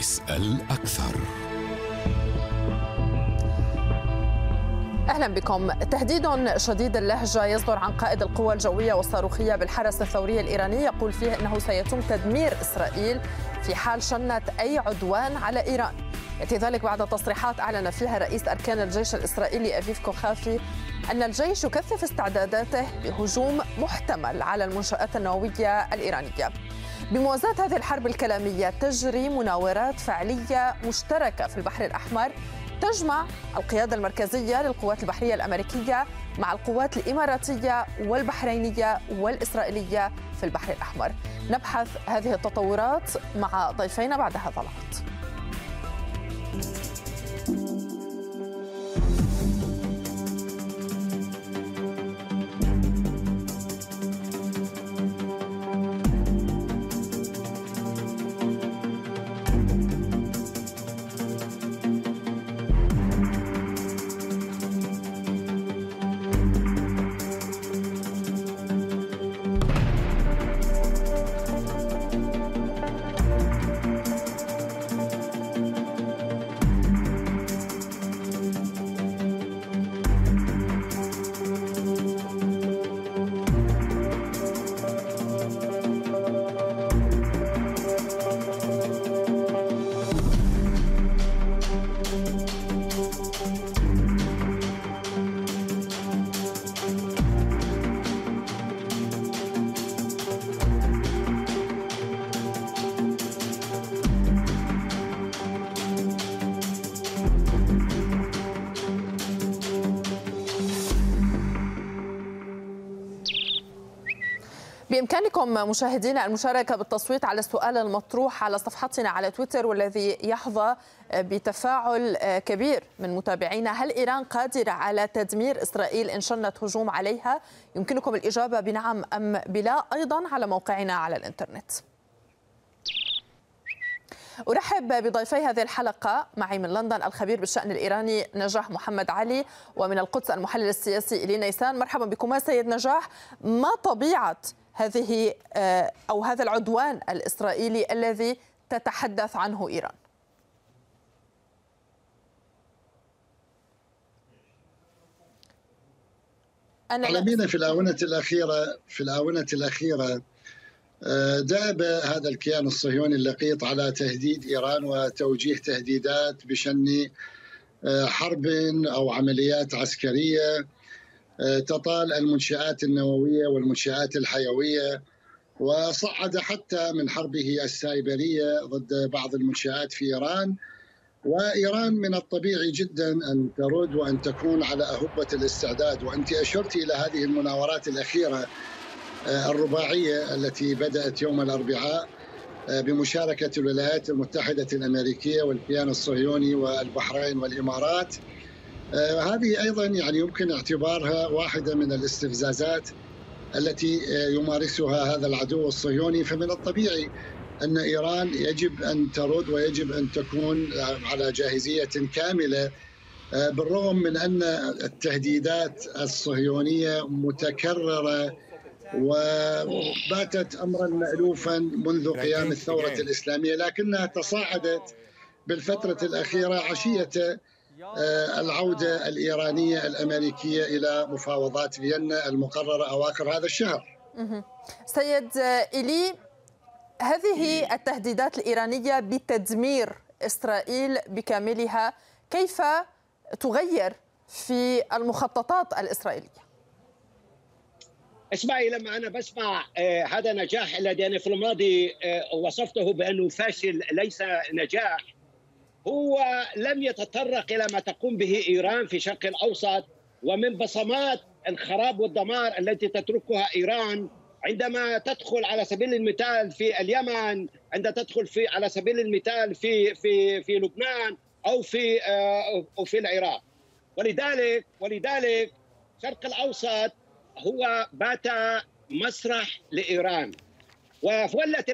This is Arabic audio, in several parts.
اسأل أكثر. أهلا بكم. تهديد شديد اللهجة يصدر عن قائد القوى الجوية والصاروخية بالحرس الثوري الإيراني، يقول فيه أنه سيتم تدمير إسرائيل في حال شنت أي عدوان على إيران. يأتي ذلك بعد تصريحات أعلن فيها رئيس أركان الجيش الإسرائيلي أفيف كوخافي أن الجيش يكثف استعداداته لهجوم محتمل على المنشآت النووية الإيرانية. بموازاة هذه الحرب الكلامية تجري مناورات فعلية مشتركة في البحر الأحمر تجمع القيادة المركزية للقوات البحرية الأمريكية مع القوات الإماراتية والبحرينية والإسرائيلية في البحر الأحمر. نبحث هذه التطورات مع ضيفينا بعد هذا الوقت. بإمكانكم مشاهدينا المشاركة بالتصويت على السؤال المطروح على صفحتنا على تويتر والذي يحظى بتفاعل كبير من متابعينا. هل إيران قادرة على تدمير إسرائيل إن شنت هجوم عليها؟ يمكنكم الإجابة بنعم أم بلا أيضا على موقعنا على الإنترنت. أرحب بضيفي هذه الحلقة. معي من لندن الخبير بالشأن الإيراني نجاح محمد علي، ومن القدس المحلل السياسي إلي نيسان. مرحبا بكما سيد نجاح. ما طبيعة هذه أو هذا العدوان الإسرائيلي الذي تتحدث عنه إيران؟ عالميا في الآونة الأخيرة دأب هذا الكيان الصهيوني اللقيط على تهديد إيران وتوجيه تهديدات بشن حرب أو عمليات عسكرية تطال المنشآت النووية والمنشآت الحيوية، وصعد حتى من حربه السايبرية ضد بعض المنشآت في إيران. وإيران من الطبيعي جدا أن ترد وأن تكون على أهبة الاستعداد. وأنت أشرت إلى هذه المناورات الأخيرة الرباعية التي بدأت يوم الأربعاء بمشاركة الولايات المتحدة الأمريكية والكيان الصهيوني والبحرين والإمارات. هذه أيضا يعني يمكن اعتبارها واحدة من الاستفزازات التي يمارسها هذا العدو الصهيوني. فمن الطبيعي أن إيران يجب أن ترد ويجب أن تكون على جاهزية كاملة، بالرغم من أن التهديدات الصهيونية متكررة وباتت أمرا مألوفا منذ قيام الثورة الإسلامية، لكنها تصاعدت بالفترة الأخيرة عشية العودة الإيرانية الأمريكية إلى مفاوضات فيينا المقررة أواخر هذا الشهر. سيد إلي، هذه التهديدات الإيرانية بتدمير إسرائيل بكاملها كيف تغير في المخططات الإسرائيلية؟ اسمعي، لما أنا بسمع هذا نجاح الذي أنا في الماضي وصفته بأنه فاشل ليس نجاح، هو لم يتطرق إلى ما تقوم به إيران في الشرق الأوسط ومن بصمات الخراب والدمار التي تتركها إيران عندما تدخل على سبيل المثال في اليمن، عندما تدخل على سبيل المثال في لبنان أو في العراق. ولذلك الشرق الأوسط هو بات مسرح لإيران. وولت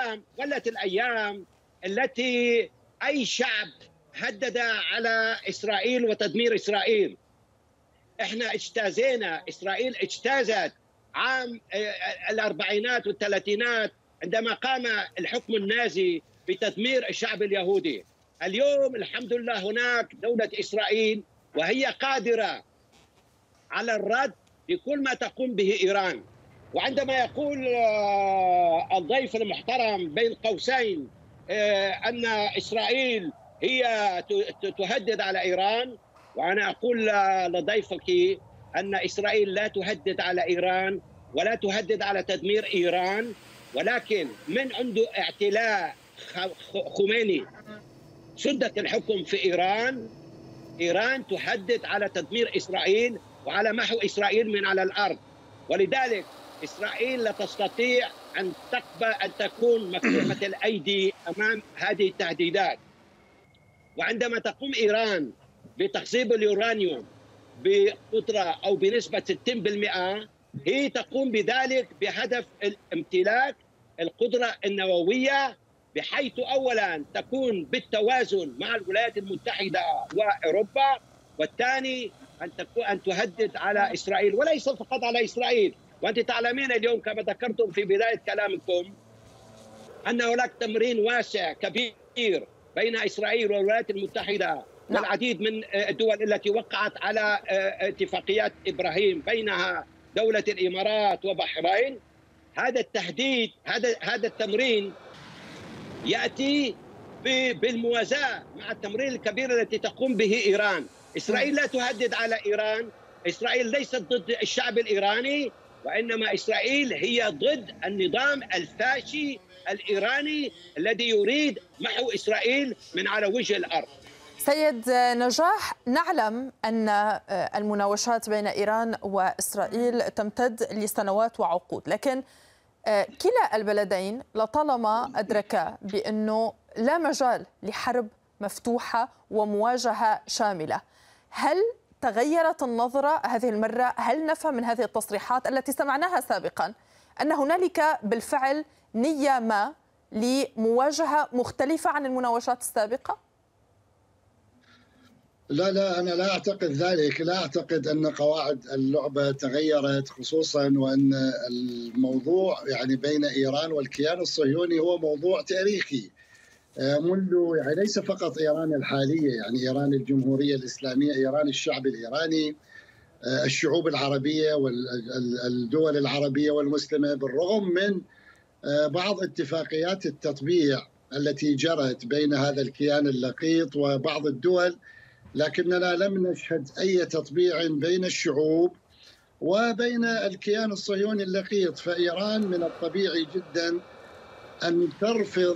الأيام التي أي شعب هدد على إسرائيل وتدمير إسرائيل. إحنا إسرائيل اجتازت عام الأربعينات والثلاثينات عندما قام الحكم النازي بتدمير الشعب اليهودي. اليوم الحمد لله هناك دولة إسرائيل وهي قادرة على الرد بكل ما تقوم به إيران. وعندما يقول الضيف المحترم بين قوسين أن إسرائيل هي تهدد على إيران، وأنا أقول لضيفك أن إسرائيل لا تهدد على إيران ولا تهدد على تدمير إيران، ولكن من عنده اعتلاء خميني سدة الحكم في إيران تهدد على تدمير إسرائيل وعلى محو إسرائيل من على الأرض. ولذلك إسرائيل لا تستطيع أن تقبل أن تكون مكتومة الأيدي أمام هذه التهديدات. وعندما تقوم إيران بتخصيب اليورانيوم بقدرة أو بنسبة 60%، هي تقوم بذلك بهدف امتلاك القدرة النووية، بحيث أولا تكون بالتوازن مع الولايات المتحدة وأوروبا، والثاني أن تهدد على إسرائيل، وليس فقط على إسرائيل. وأنت تعلمين اليوم كما ذكرتم في بداية كلامكم أن هناك تمرين واسع كبير بين إسرائيل والولايات المتحدة والعديد من الدول التي وقعت على اتفاقيات إبراهيم، بينها دولة الإمارات وبحرين. هذا التهديد، هذا التمرين يأتي بالموازاة مع التمرين الكبير التي تقوم به إيران. إسرائيل لا تهدد على إيران، إسرائيل ليست ضد الشعب الإيراني، وإنما إسرائيل هي ضد النظام الفاشي الإيراني الذي يريد محو إسرائيل من على وجه الأرض. سيد نجاح، نعلم أن المناوشات بين إيران وإسرائيل تمتد لسنوات وعقود، لكن كلا البلدين لطالما أدركا بأنه لا مجال لحرب مفتوحة ومواجهة شاملة. هل تغيرت النظرة هذه المرة؟ هل نفهم من هذه التصريحات التي سمعناها سابقا أن هنالك بالفعل نية ما لمواجهة مختلفة عن المناوشات السابقة؟ لا أنا لا أعتقد ذلك. لا أعتقد أن قواعد اللعبة تغيرت، خصوصا وأن الموضوع يعني بين إيران والكيان الصهيوني هو موضوع تاريخي منذ يعني ليس فقط إيران الحالية، يعني إيران الجمهورية الإسلامية، إيران الشعب الإيراني، الشعوب العربية والدول العربية والمسلمة، بالرغم من بعض اتفاقيات التطبيع التي جرت بين هذا الكيان اللقيط وبعض الدول، لكننا لم نشهد أي تطبيع بين الشعوب وبين الكيان الصهيوني اللقيط. فإيران من الطبيعي جدا أن ترفض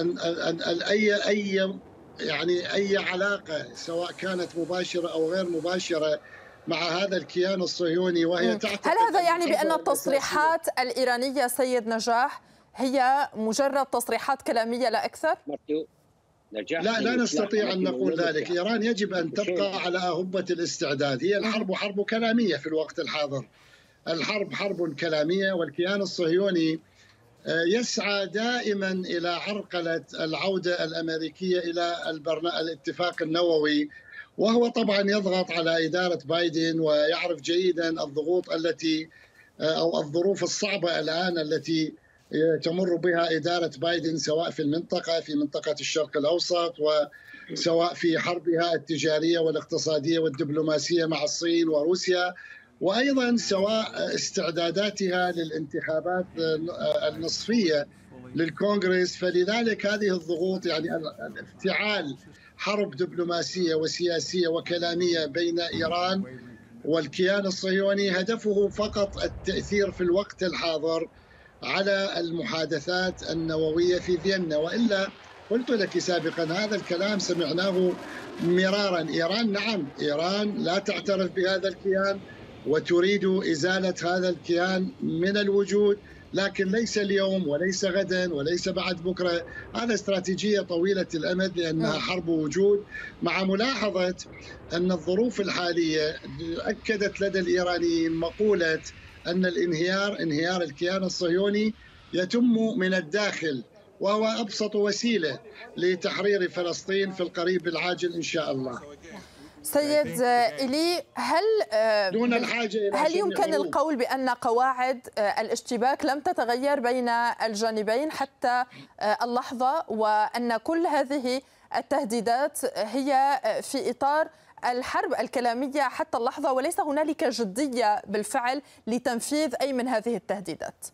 أي علاقة سواء كانت مباشرة أو غير مباشرة مع هذا الكيان الصهيوني، وهي تعتقد. هل هذا يعني بأن التصريحات الإيرانية سيد نجاح هي مجرد تصريحات كلامية لا أكثر؟ لا نستطيع أن نقول ذلك. إيران يجب أن تبقى على أهبة الاستعداد. هي الحرب حرب كلامية في الوقت الحاضر، الحرب حرب كلامية، والكيان الصهيوني يسعى دائما إلى عرقلة العودة الأمريكية إلى الاتفاق النووي، وهو طبعا يضغط على إدارة بايدن ويعرف جيدا الضغوط التي أو الظروف الصعبة الآن التي تمر بها إدارة بايدن، سواء في منطقة الشرق الأوسط، وسواء في حربها التجارية والاقتصادية والدبلوماسية مع الصين وروسيا، وأيضا سواء استعداداتها للانتخابات النصفية للكونغرس. فلذلك هذه الضغوط يعني افتعال حرب دبلوماسية وسياسية وكلامية بين إيران والكيان الصهيوني هدفه فقط التأثير في الوقت الحاضر على المحادثات النووية في فيينا. وإلا قلت لك سابقا هذا الكلام سمعناه مرارا. إيران لا تعترف بهذا الكيان وتريد إزالة هذا الكيان من الوجود، لكن ليس اليوم وليس غدا وليس بعد بكرة. هذا استراتيجية طويلة الأمد لأنها حرب وجود، مع ملاحظة أن الظروف الحالية أكدت لدى الإيرانيين مقولة أن انهيار الكيان الصهيوني يتم من الداخل، وهو أبسط وسيلة لتحرير فلسطين في القريب العاجل إن شاء الله. سيد إيلي، دون الحاجة إلى هل يمكن القول بأن قواعد الاشتباك لم تتغير بين الجانبين حتى اللحظة، وأن كل هذه التهديدات هي في إطار الحرب الكلامية حتى اللحظة، وليس هنالك جدية بالفعل لتنفيذ أي من هذه التهديدات؟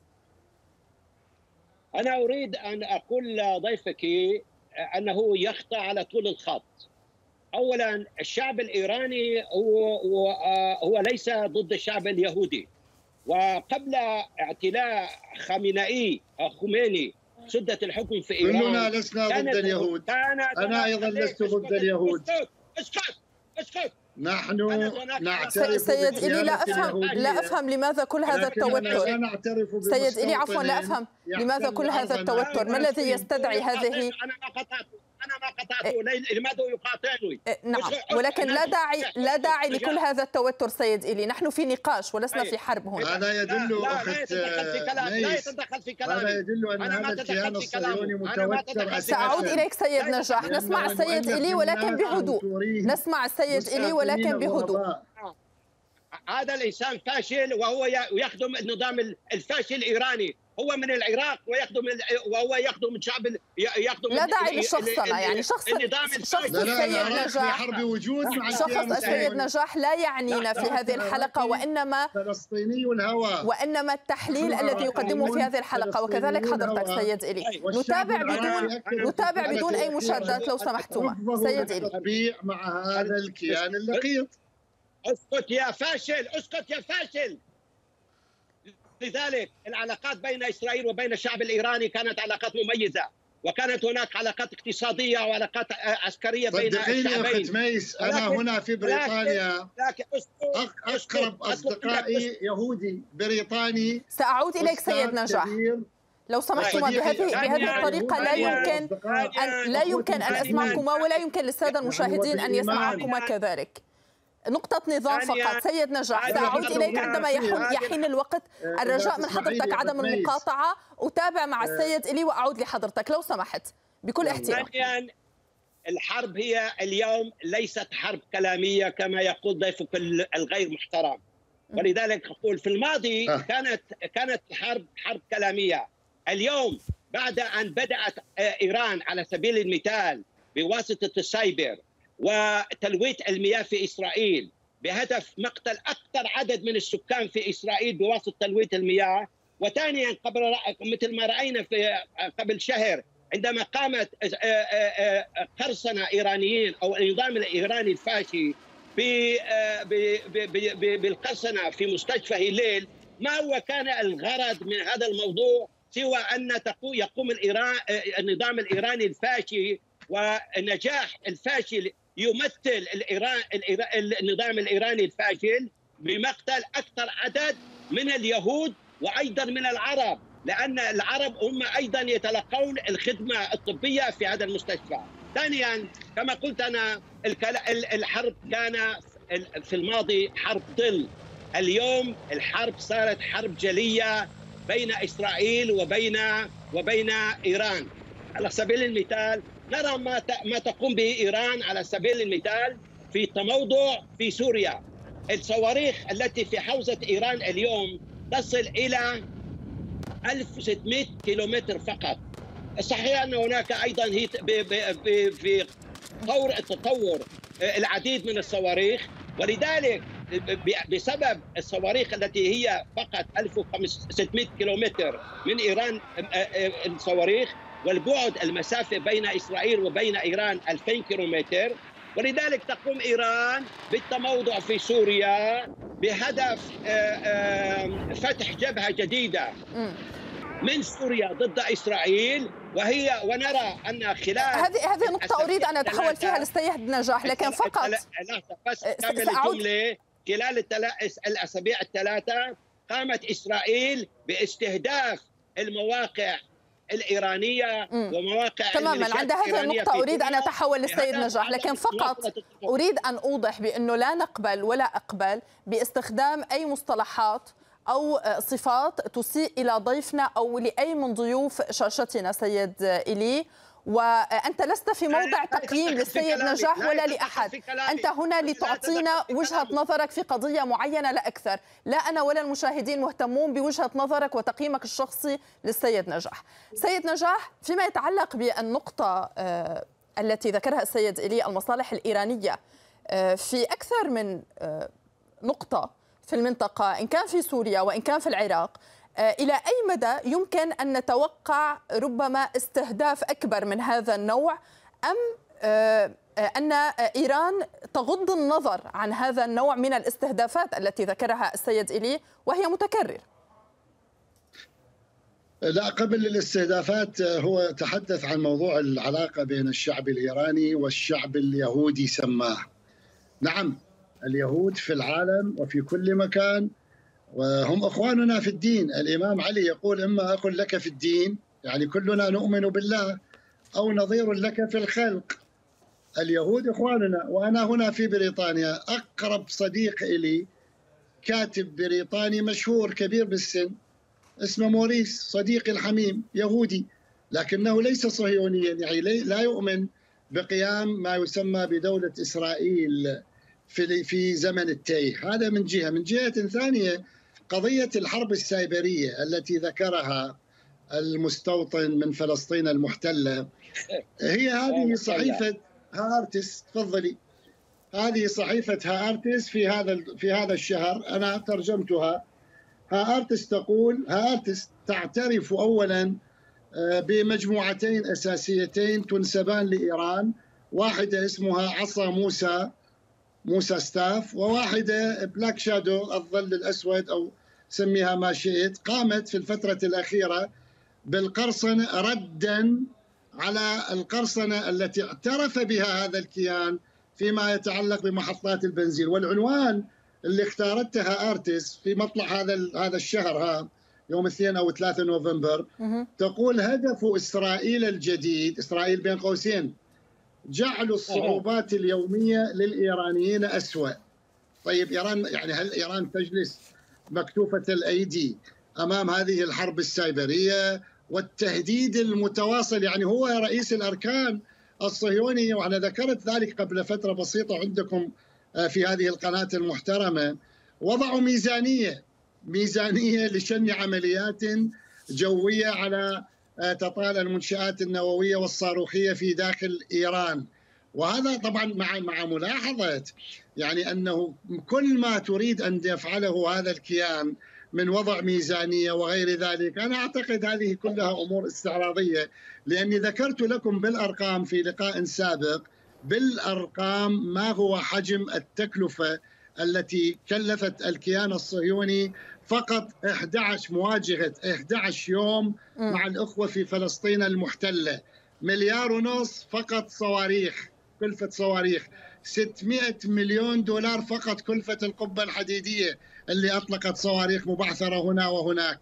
أنا أريد أن أقول لضيفك أنه يخطأ على طول الخط. أولا، الشعب الإيراني هو ليس ضد الشعب اليهودي، وقبل اعتلاء خميني سدة الحكم في إيران كلنا لسنا ضد اليهود. أنا أيضا لست ضد اليهود. اسكت. نحن نعترف سيد إيلي، لا أفهم لماذا كل هذا التوتر. سيد إيلي عفوا، لا أفهم لماذا كل هذا التوتر. ما الذي يستدعي هذه؟ أنا ما قطعته. لماذا يقاطعني؟ نعم، ولكن لا داعي لكل هذا التوتر سيد إيلي. نحن في نقاش ولسنا في حرب هنا. هذا يدل لا يتدخل في كلامي. هذا يدل أن هذا الكيان الصهيوني متوتر. سأعود إليك سيد نجاح. نسمع السيد إيلي ولكن بهدوء. نسمع السيد إيلي ولكن بهدوء. هذا الإنسان فاشل وهو يخدم النظام الفاشل الإيراني. هو من العراق وهو يخدم الشعب لا داعي للشخصنة، يعني شخص السيد نجاح، شخص السيد نجاح لا يعنينا في هذه الحلقة، وإنما فلسطيني الهوى، وإنما التحليل الذي يقدمه في هذه الحلقة، وكذلك حضرتك سيد إيلي. نتابع بدون أي مشادات لو سمحتما. سيد إيلي مع هذا الكيان اللقيط. اسكت يا فاشل. لذلك العلاقات بين إسرائيل وبين الشعب الإيراني كانت علاقات مميزة، وكانت هناك علاقات اقتصادية وعلاقات عسكرية بين الشعبين. صدقيني يا أخت ميس، أنا هنا في بريطانيا أقرب أصدقائي يهودي بريطاني. سأعود إليك سيد نجاح لو سمحتما. بهذه الطريقة لا يمكن أن أسمعكما، ولا يمكن للسادة المشاهدين أن يسمعكما كذلك. نقطة نظام فقط. سيد نجاح، سأعود إليك عندما يحين الوقت. الرجاء من حضرتك عدم المقاطعة. أتابع مع السيد إيلي وأعود لحضرتك لو سمحت بكل احترام. ثانيا، الحرب هي اليوم ليست حرب كلامية كما يقول ضيفك الغير محترم، ولذلك أقول في الماضي كانت الحرب حرب كلامية. اليوم بعد أن بدأت إيران على سبيل المثال بواسطة السايبر وتلويث المياه في إسرائيل بهدف مقتل أكثر عدد من السكان في إسرائيل بواسطة تلويث المياه، وثانيا مثل ما رأينا قبل شهر عندما قامت قرصنة إيرانيين أو النظام الإيراني الفاشي بالقرصنة في مستشفى هليل. ما هو كان الغرض من هذا الموضوع سوى أن يقوم النظام الإيراني الفاشي ونجاح الفاشل يمثل النظام الإيراني الفاشل بمقتل أكثر عدد من اليهود وأيضا من العرب، لأن العرب هم أيضا يتلقون الخدمة الطبية في هذا المستشفى. ثانيا، كما قلت أنا، الحرب كان في الماضي حرب ظل. اليوم الحرب صارت حرب جلية بين إسرائيل وبين إيران. على سبيل المثال نرى ما تقوم به إيران على سبيل المثال في تموضع في سوريا. الصواريخ التي في حوزة إيران اليوم تصل إلى 1600 كيلومتر فقط. صحيح أن هناك أيضا في طور التطور العديد من الصواريخ، ولذلك بسبب الصواريخ التي هي فقط 1600 كيلومتر من إيران الصواريخ، والبعد المسافة بين إسرائيل وبين إيران 2000 كيلومتر، ولذلك تقوم إيران بالتموضع في سوريا بهدف فتح جبهة جديدة من سوريا ضد إسرائيل. ونرى أن خلال هذه نقطة أريد أن أتحول فيها للسيد نجاح، لكن فقط سأعود خلال الأسابيع الثلاثة قامت إسرائيل باستهداف المواقع الإيرانية ومواقع تماما. عند هذه النقطة أريد أن أتحول للسيد نجاح، لكن فقط أريد أن أوضح بأنه لا نقبل ولا أقبل باستخدام أي مصطلحات أو صفات تسيء إلى ضيفنا أو لأي من ضيوف شاشتنا سيد إيلي، وأنت لست في موضع تقييم للسيد نجاح ولا لأحد، أنت هنا لتعطينا وجهة نظرك في قضية معينة لا أكثر. لا أنا ولا المشاهدين مهتمون بوجهة نظرك وتقييمك الشخصي للسيد نجاح. سيد نجاح، فيما يتعلق بالنقطة التي ذكرها السيد إلي، المصالح الإيرانية في أكثر من نقطة في المنطقة، إن كان في سوريا وإن كان في العراق، إلى أي مدى يمكن أن نتوقع ربما استهداف أكبر من هذا النوع، أم أن إيران تغض النظر عن هذا النوع من الاستهدافات التي ذكرها السيد إلي وهي متكرر؟ لا، قبل الاستهدافات هو تحدث عن موضوع العلاقة بين الشعب الإيراني والشعب اليهودي سماه. نعم، اليهود في العالم وفي كل مكان وهم أخواننا في الدين. الإمام علي يقول: إما أخ لك في الدين، يعني كلنا نؤمن بالله، أو نظير لك في الخلق. اليهود إخواننا. وأنا هنا في بريطانيا أقرب صديق إلي كاتب بريطاني مشهور كبير بالسن اسمه موريس، صديقي الحميم، يهودي لكنه ليس صهيونيا، يعني لا يؤمن بقيام ما يسمى بدولة إسرائيل في زمن التيه. هذا من جهة. من جهة ثانية، قضية الحرب السايبرية التي ذكرها المستوطن من فلسطين المحتلة، هي هذه صحيفة هآرتس. تفضلي. هذه صحيفة هآرتس في هذا الشهر، أنا ترجمتها. هآرتس تقول: هآرتس تعترف أولا بمجموعتين أساسيتين تنسبان لإيران، واحدة اسمها عصا موسى ستاف، وواحدة بلاك شادو، الظل الأسود، أو سميها ما شئت، قامت في الفترة الأخيرة بالقرصنة ردا على القرصنة التي اعترف بها هذا الكيان فيما يتعلق بمحطات البنزين. والعنوان اللي اختارتها هآرتس في مطلع هذا الشهر، يوم 2 أو 3 نوفمبر، تقول: هدف إسرائيل الجديد، إسرائيل بين قوسين، جعل الصعوبات اليومية للإيرانيين أسوأ. طيب إيران، يعني هل إيران تجلس مكتوفة الأيدي أمام هذه الحرب السايبرية والتهديد المتواصل؟ يعني هو رئيس الأركان الصهيوني، وأنا ذكرت ذلك قبل فترة بسيطة عندكم في هذه القناة المحترمة، وضعوا ميزانية لشن عمليات جوية على تطال المنشآت النووية والصاروخية في داخل إيران. وهذا طبعا مع ملاحظة يعني أنه كل ما تريد أن يفعله هذا الكيان من وضع ميزانية وغير ذلك، أنا أعتقد هذه كلها أمور استعراضية، لأني ذكرت لكم بالأرقام في لقاء سابق، بالأرقام ما هو حجم التكلفة التي كلفت الكيان الصهيوني فقط مواجهة 11 يوم مع الأخوة في فلسطين المحتلة. 1.5 مليار فقط صواريخ، كلفة صواريخ. 600 مليون دولار فقط كلفة القبة الحديدية اللي أطلقت صواريخ مبعثرة هنا وهناك.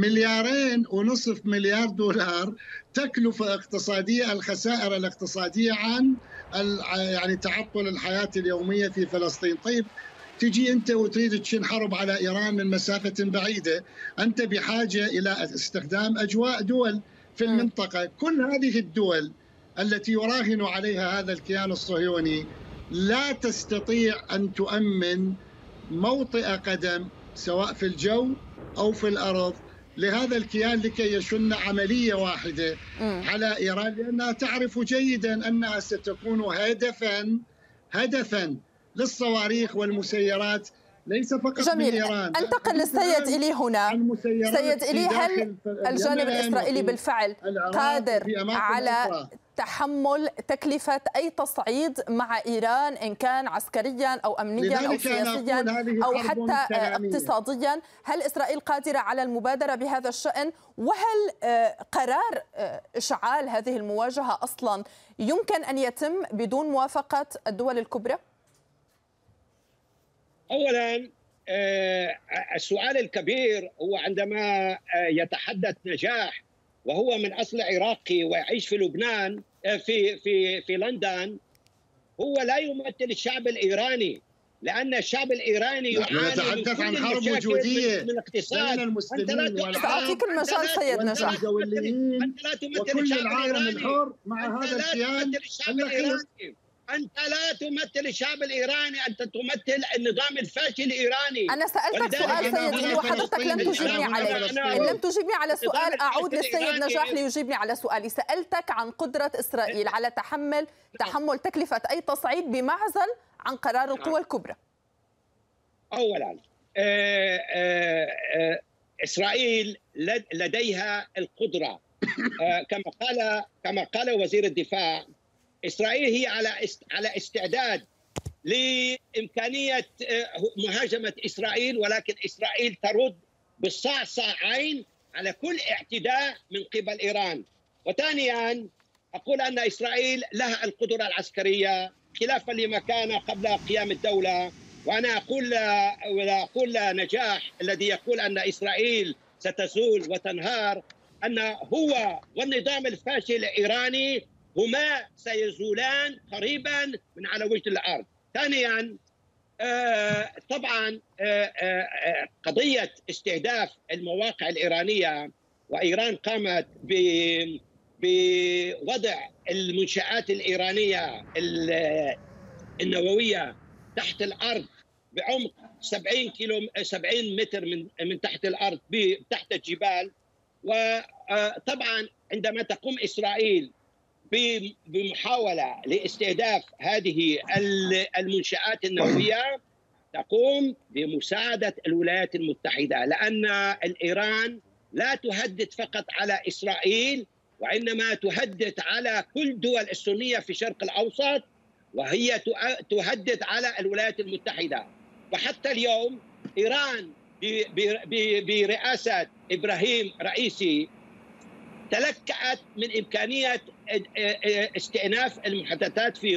2.5 مليار دولار تكلفة اقتصادية، الخسائر الاقتصادية عن يعني تعطل الحياة اليومية في فلسطين. طيب تجي أنت وتريد تشن حرب على إيران من مسافة بعيدة، أنت بحاجة إلى استخدام أجواء دول في المنطقة. كل هذه الدول التي يراهن عليها هذا الكيان الصهيوني لا تستطيع أن تؤمن موطئ قدم سواء في الجو أو في الأرض لهذا الكيان لكي يشن عملية واحدة على إيران، لأنها تعرف جيدا أنها ستكون هدفا للصواريخ والمسيرات، ليس فقط جميل. من إيران. أنتقل للسيد إلي هنا. سيد إلي، هل الجانب الإسرائيلي بالفعل قادر على تحمل تكلفة أي تصعيد مع إيران، إن كان عسكريا أو أمنيا أو سياسيا أو حتى اقتصاديا؟ هل إسرائيل قادرة على المبادرة بهذا الشأن؟ وهل قرار إشعال هذه المواجهة أصلا يمكن أن يتم بدون موافقة الدول الكبرى؟ أولا السؤال الكبير هو عندما يتحدث نجاح وهو من أصل عراقي ويعيش في لبنان في لندن، هو لا يمثل الشعب الإيراني، لأن الشعب الإيراني يعاني. نتحدث عن حرب وجودية من الاقتصاد. بين المسلمين سأعطيك المجال سيد نجاح. أنت لا تمثل الشعب الإيراني الحر مع هذا الكيان الأخير. أنت لا تمثل الشعب الإيراني، أنت تمثل النظام الفاشي الإيراني. أنا سألتك سؤال سيدي وحضرتك لم تجيبني عليه. إن لم تجيبني على سؤال أعود للسيد نجاح ليجيبني على سؤالي. سألتك عن قدرة إسرائيل على تحمل تكلفة أي تصعيد بمعزل عن قرار القوى الكبرى. أولا إسرائيل لديها القدرة كما قال وزير الدفاع. إسرائيل هي على استعداد لإمكانية مهاجمة إسرائيل، ولكن إسرائيل ترد بالصعصعين على كل اعتداء من قبل إيران. وثانيا أقول أن إسرائيل لها القدرة العسكرية خلافا لما كان قبل قيام الدولة. وأنا أقول نجاح الذي يقول أن إسرائيل ستزول وتنهار، أن هو والنظام الفاشل الإيراني هما سيزولان قريبا من على وجه الأرض. ثانيا طبعا قضية استهداف المواقع الإيرانية، وإيران قامت بوضع المنشآت الإيرانية النووية تحت الأرض بعمق 70 متر من تحت الأرض تحت الجبال. وطبعا عندما تقوم إسرائيل بمحاولة لاستهداف هذه المنشآت النووية تقوم بمساعدة الولايات المتحدة، لأن الإيران لا تهدد فقط على إسرائيل، وإنما تهدد على كل الدول السنية في الشرق الأوسط، وهي تهدد على الولايات المتحدة. وحتى اليوم إيران برئاسة إبراهيم رئيسي تلكأت من إمكانية استئناف المحادثات في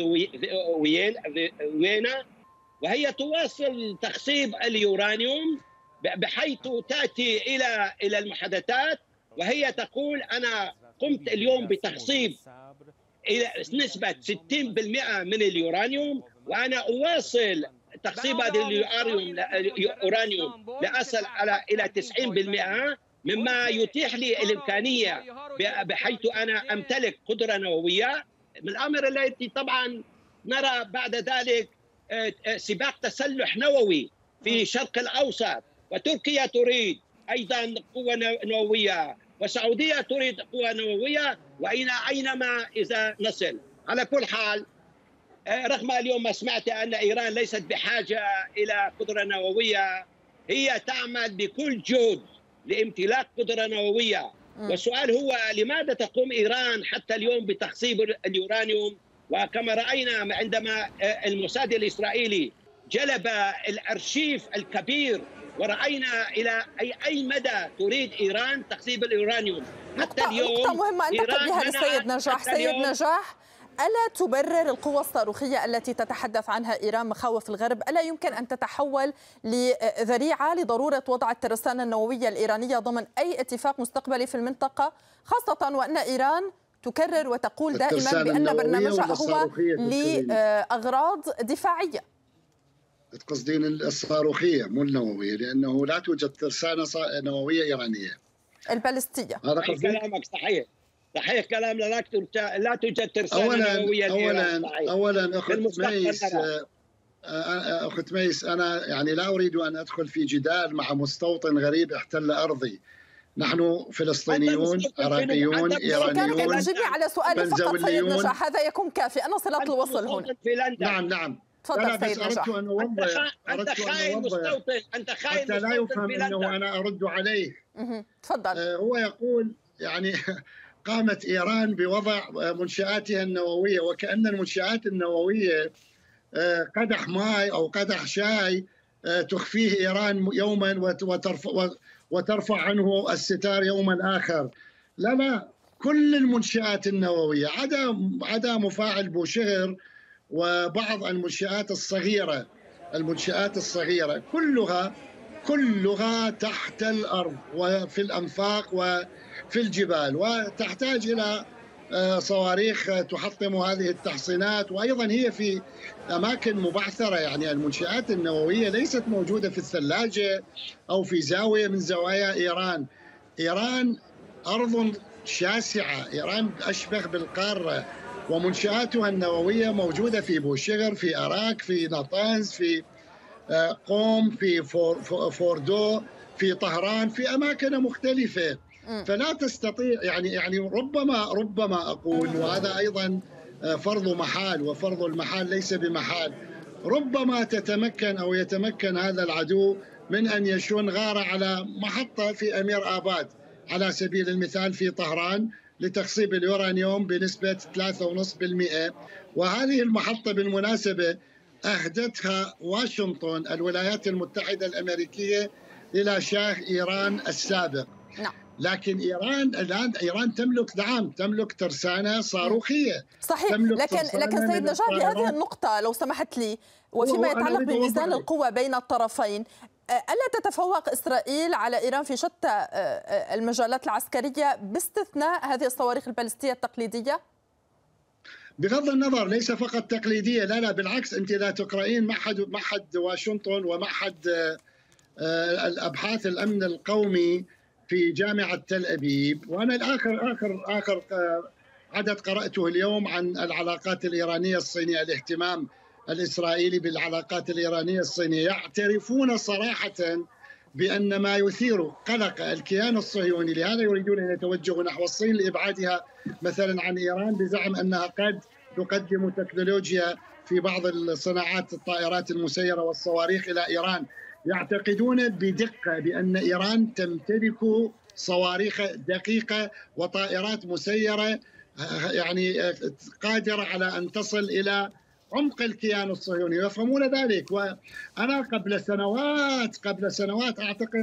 ويينا، وهي تواصل تخصيب اليورانيوم بحيث تأتي إلى المحادثات وهي تقول أنا قمت اليوم بتخصيب إلى نسبة 60% من اليورانيوم، وأنا أواصل تخصيب هذا اليورانيوم لأصل إلى 90%، مما يتيح لي الإمكانية بحيث أنا أمتلك قدرة نووية. من الأمر التي طبعا نرى بعد ذلك سباق تسلح نووي في الشرق الأوسط، وتركيا تريد أيضا قوة نووية، والسعودية تريد قوة نووية، أينما إذا نصل. على كل حال رغم اليوم ما سمعت أن إيران ليست بحاجة إلى قدرة نووية، هي تعمل بكل جهد لامتلاك قدرة نووية. والسؤال هو لماذا تقوم إيران حتى اليوم بتخصيب اليورانيوم؟ وكما رأينا عندما الموساد الإسرائيلي جلب الأرشيف الكبير، ورأينا إلى أي مدى تريد إيران تخصيب اليورانيوم. حتى اليوم نقطة مهمة أنتقل بها للسيد نجاح. سيد نجاح، ألا تبرر القوى الصاروخية التي تتحدث عنها إيران مخاوف الغرب؟ ألا يمكن أن تتحول لذريعة لضرورة وضع الترسانة النووية الإيرانية ضمن أي اتفاق مستقبلي في المنطقة، خاصة وأن إيران تكرر وتقول دائما بأن برنامجها هو لأغراض دفاعية؟ تقصدين الصاروخية مو النووية، لأنه لا توجد ترسانة نووية إيرانية، البالستية. هذا كلامك صحيح. صحيح كلام، لا توجد ترسانة نووية. أولا أخت ميس أنا يعني لا أريد أن أدخل في جدال مع مستوطن غريب احتل أرضي. نحن فلسطينيون، عراقيون، إيرانيون، تجيبني على سؤالي فقط سيد نجاح، هذا يكون كافي. أنا صلة الوصل هنا. نعم تفضل سيد نجاح. أنت خاين مستوطن، أنت خاين حتى لا يفهم أنه أنا أرد عليه. تفضل. هو يقول يعني قامت إيران بوضع منشآتها النووية، وكأن المنشآت النووية قدح ماء أو قدح شاي تخفيه إيران يوما وترفع عنه الستار يوما آخر. لا، كل المنشآت النووية عدا مفاعل بوشهر وبعض المنشآت الصغيرة كلها تحت الأرض وفي الأنفاق وفي الجبال، وتحتاج إلى صواريخ تحطم هذه التحصينات، وأيضا هي في أماكن مبعثرة. يعني المنشآت النووية ليست موجودة في الثلاجة أو في زاوية من زوايا إيران. إيران أرض شاسعة، إيران أشبه بالقارة، ومنشآتها النووية موجودة في بوشغر، في أراك، في ناطنز، في قوم، في فوردو، في طهران، في أماكن مختلفة. فلا تستطيع يعني ربما أقول، وهذا أيضا فرض محال، وفرض المحال ليس بمحال، ربما تتمكن أو يتمكن هذا العدو من أن يشن غارة على محطة في أمير آباد على سبيل المثال في طهران لتخصيب اليورانيوم بنسبة 3.5%. وهذه المحطة بالمناسبة أهدتها واشنطن الولايات المتحدة الأمريكية إلى شاه إيران السابق. لكن إيران تملك ترسانة صاروخية. صحيح، لكن سيد نجاح بهذه النقطة لو سمحت لي، وفيما يتعلق بميزان القوة بين الطرفين، ألا تتفوق إسرائيل على إيران في شتى المجالات العسكرية باستثناء هذه الصواريخ البالستية التقليدية؟ بغض النظر، ليس فقط تقليدية، لا بالعكس. أنت إذا تقرأين معهد واشنطن ومعهد الأبحاث الأمن القومي في جامعة تل أبيب، وأنا آخر عدد قرأته اليوم عن العلاقات الإيرانية الصينية، الاهتمام الإسرائيلي بالعلاقات الإيرانية الصينية، يعترفون صراحة بأن ما يثير قلق الكيان الصهيوني، لهذا يريدون أن يتوجهوا نحو الصين لإبعادها مثلا عن إيران بزعم أنها قد تقدم تكنولوجيا في بعض الصناعات، الطائرات المسيرة والصواريخ إلى إيران. يعتقدون بدقة بأن إيران تمتلك صواريخ دقيقة وطائرات مسيرة يعني قادرة على أن تصل إلى عمق الكيان الصهيوني، يفهمون ذلك. وأنا قبل سنوات أعتقد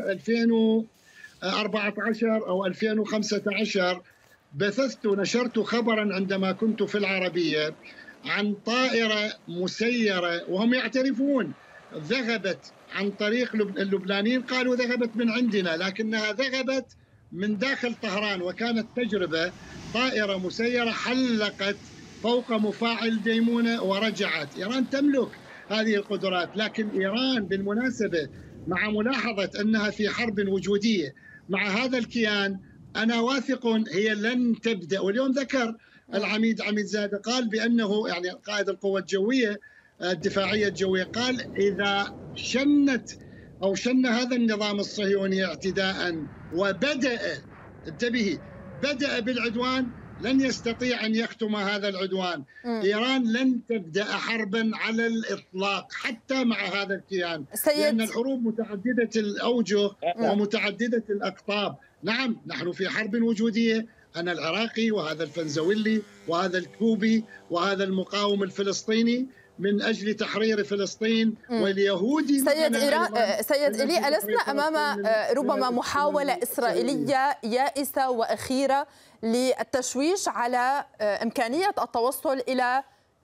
2014 أو 2015 نشرت خبرا عندما كنت في العربية عن طائرة مسيرة، وهم يعترفون ذهبت عن طريق اللبنانيين، قالوا ذهبت من عندنا، لكنها ذهبت من داخل طهران، وكانت تجربة طائرة مسيرة حلقت فوق مفاعل ديمونة ورجعت. إيران تملك هذه القدرات، لكن إيران بالمناسبة مع ملاحظة أنها في حرب وجودية مع هذا الكيان، أنا واثق هي لن تبدأ. واليوم ذكر العميد زادة قال بأنه يعني قائد القوة الجوية الدفاعية الجوية قال إذا شن هذا النظام الصهيوني اعتداء وبدأ بالعدوان، لن يستطيع أن يختم هذا العدوان. إيران لن تبدأ حربا على الإطلاق حتى مع هذا الكيان، لأن الحروب متعددة الأوجه ومتعددة الأقطاب. نعم، نحن في حرب وجودية، أنا العراقي وهذا الفنزويلي وهذا الكوبي وهذا المقاوم الفلسطيني من أجل تحرير فلسطين، واليهودي. سيد إيلي، ألسنا أمام ربما محاولة إسرائيلية يائسة وأخيرة للتشويش على إمكانية التوصل إلى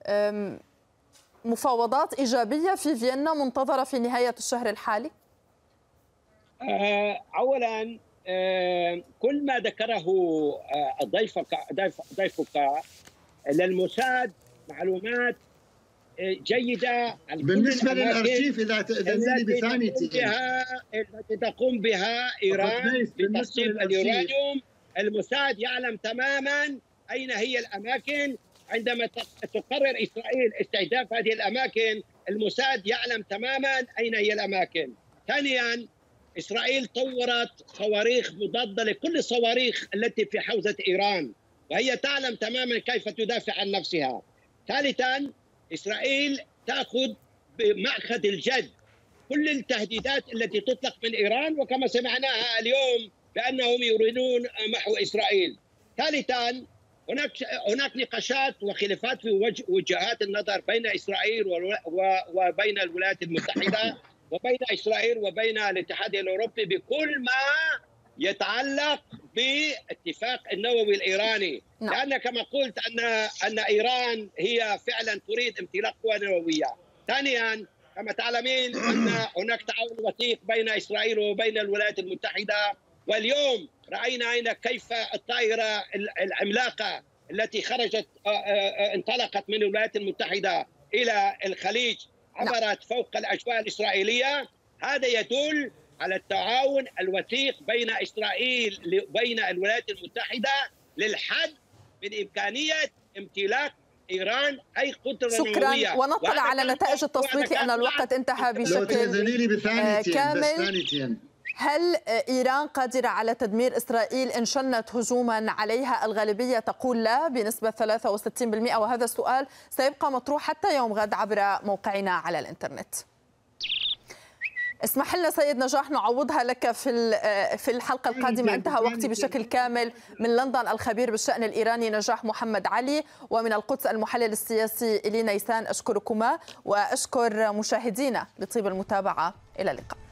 مفاوضات إيجابية في فيينا منتظرة في نهاية الشهر الحالي؟ أولا كل ما ذكره ضيفك للموساد معلومات جيدة بالنسبة للأرشيف. إذا تأذنني بثانيتي التي تقوم بها إيران بتصنيع اليورانيوم، الموساد يعلم تماما أين هي الأماكن. عندما تقرر إسرائيل استهداف هذه الأماكن، الموساد يعلم تماما أين هي الأماكن. ثانيا، إسرائيل طورت صواريخ مضادة لكل الصواريخ التي في حوزة إيران، وهي تعلم تماما كيف تدافع عن نفسها. ثالثا، إسرائيل تأخذ بمأخذ الجد كل التهديدات التي تطلق من إيران، وكما سمعناها اليوم بأنهم يريدون محو إسرائيل. ثالثا، هناك نقاشات وخلافات في وجهات النظر بين إسرائيل وبين الولايات المتحدة وبين إسرائيل وبين الاتحاد الأوروبي بكل ما يتعلق باتفاق النووي الإيراني. لأن كما قلت أن إيران هي فعلا تريد امتلاك قوة نووية. ثانيا، كما تعلمين أن هناك تعاون وثيق بين إسرائيل وبين الولايات المتحدة، واليوم رأينا كيف الطائرة العملاقة التي خرجت انطلقت من الولايات المتحدة إلى الخليج عبرت فوق الأجواء الإسرائيلية، هذا يدل على التعاون الوثيق بين إسرائيل وبين الولايات المتحدة للحد من إمكانية امتلاك إيران أي قدرة نووية. شكرا، ونطلع على نتائج التصويت لأن الوقت انتهى بشكل كامل. هل إيران قادرة على تدمير إسرائيل إن شنت هجوما عليها؟ الغالبية تقول لا بنسبة 63%، وهذا السؤال سيبقى مطروح حتى يوم غد عبر موقعنا على الإنترنت. اسمح لنا سيد نجاح نعوضها لك في الحلقة القادمة. انتهى وقتي بشكل كامل. من لندن الخبير بالشأن الإيراني نجاح محمد علي، ومن القدس المحلل السياسي إلي نيسان. أشكركما وأشكر مشاهدينا لطيب المتابعة. إلى اللقاء.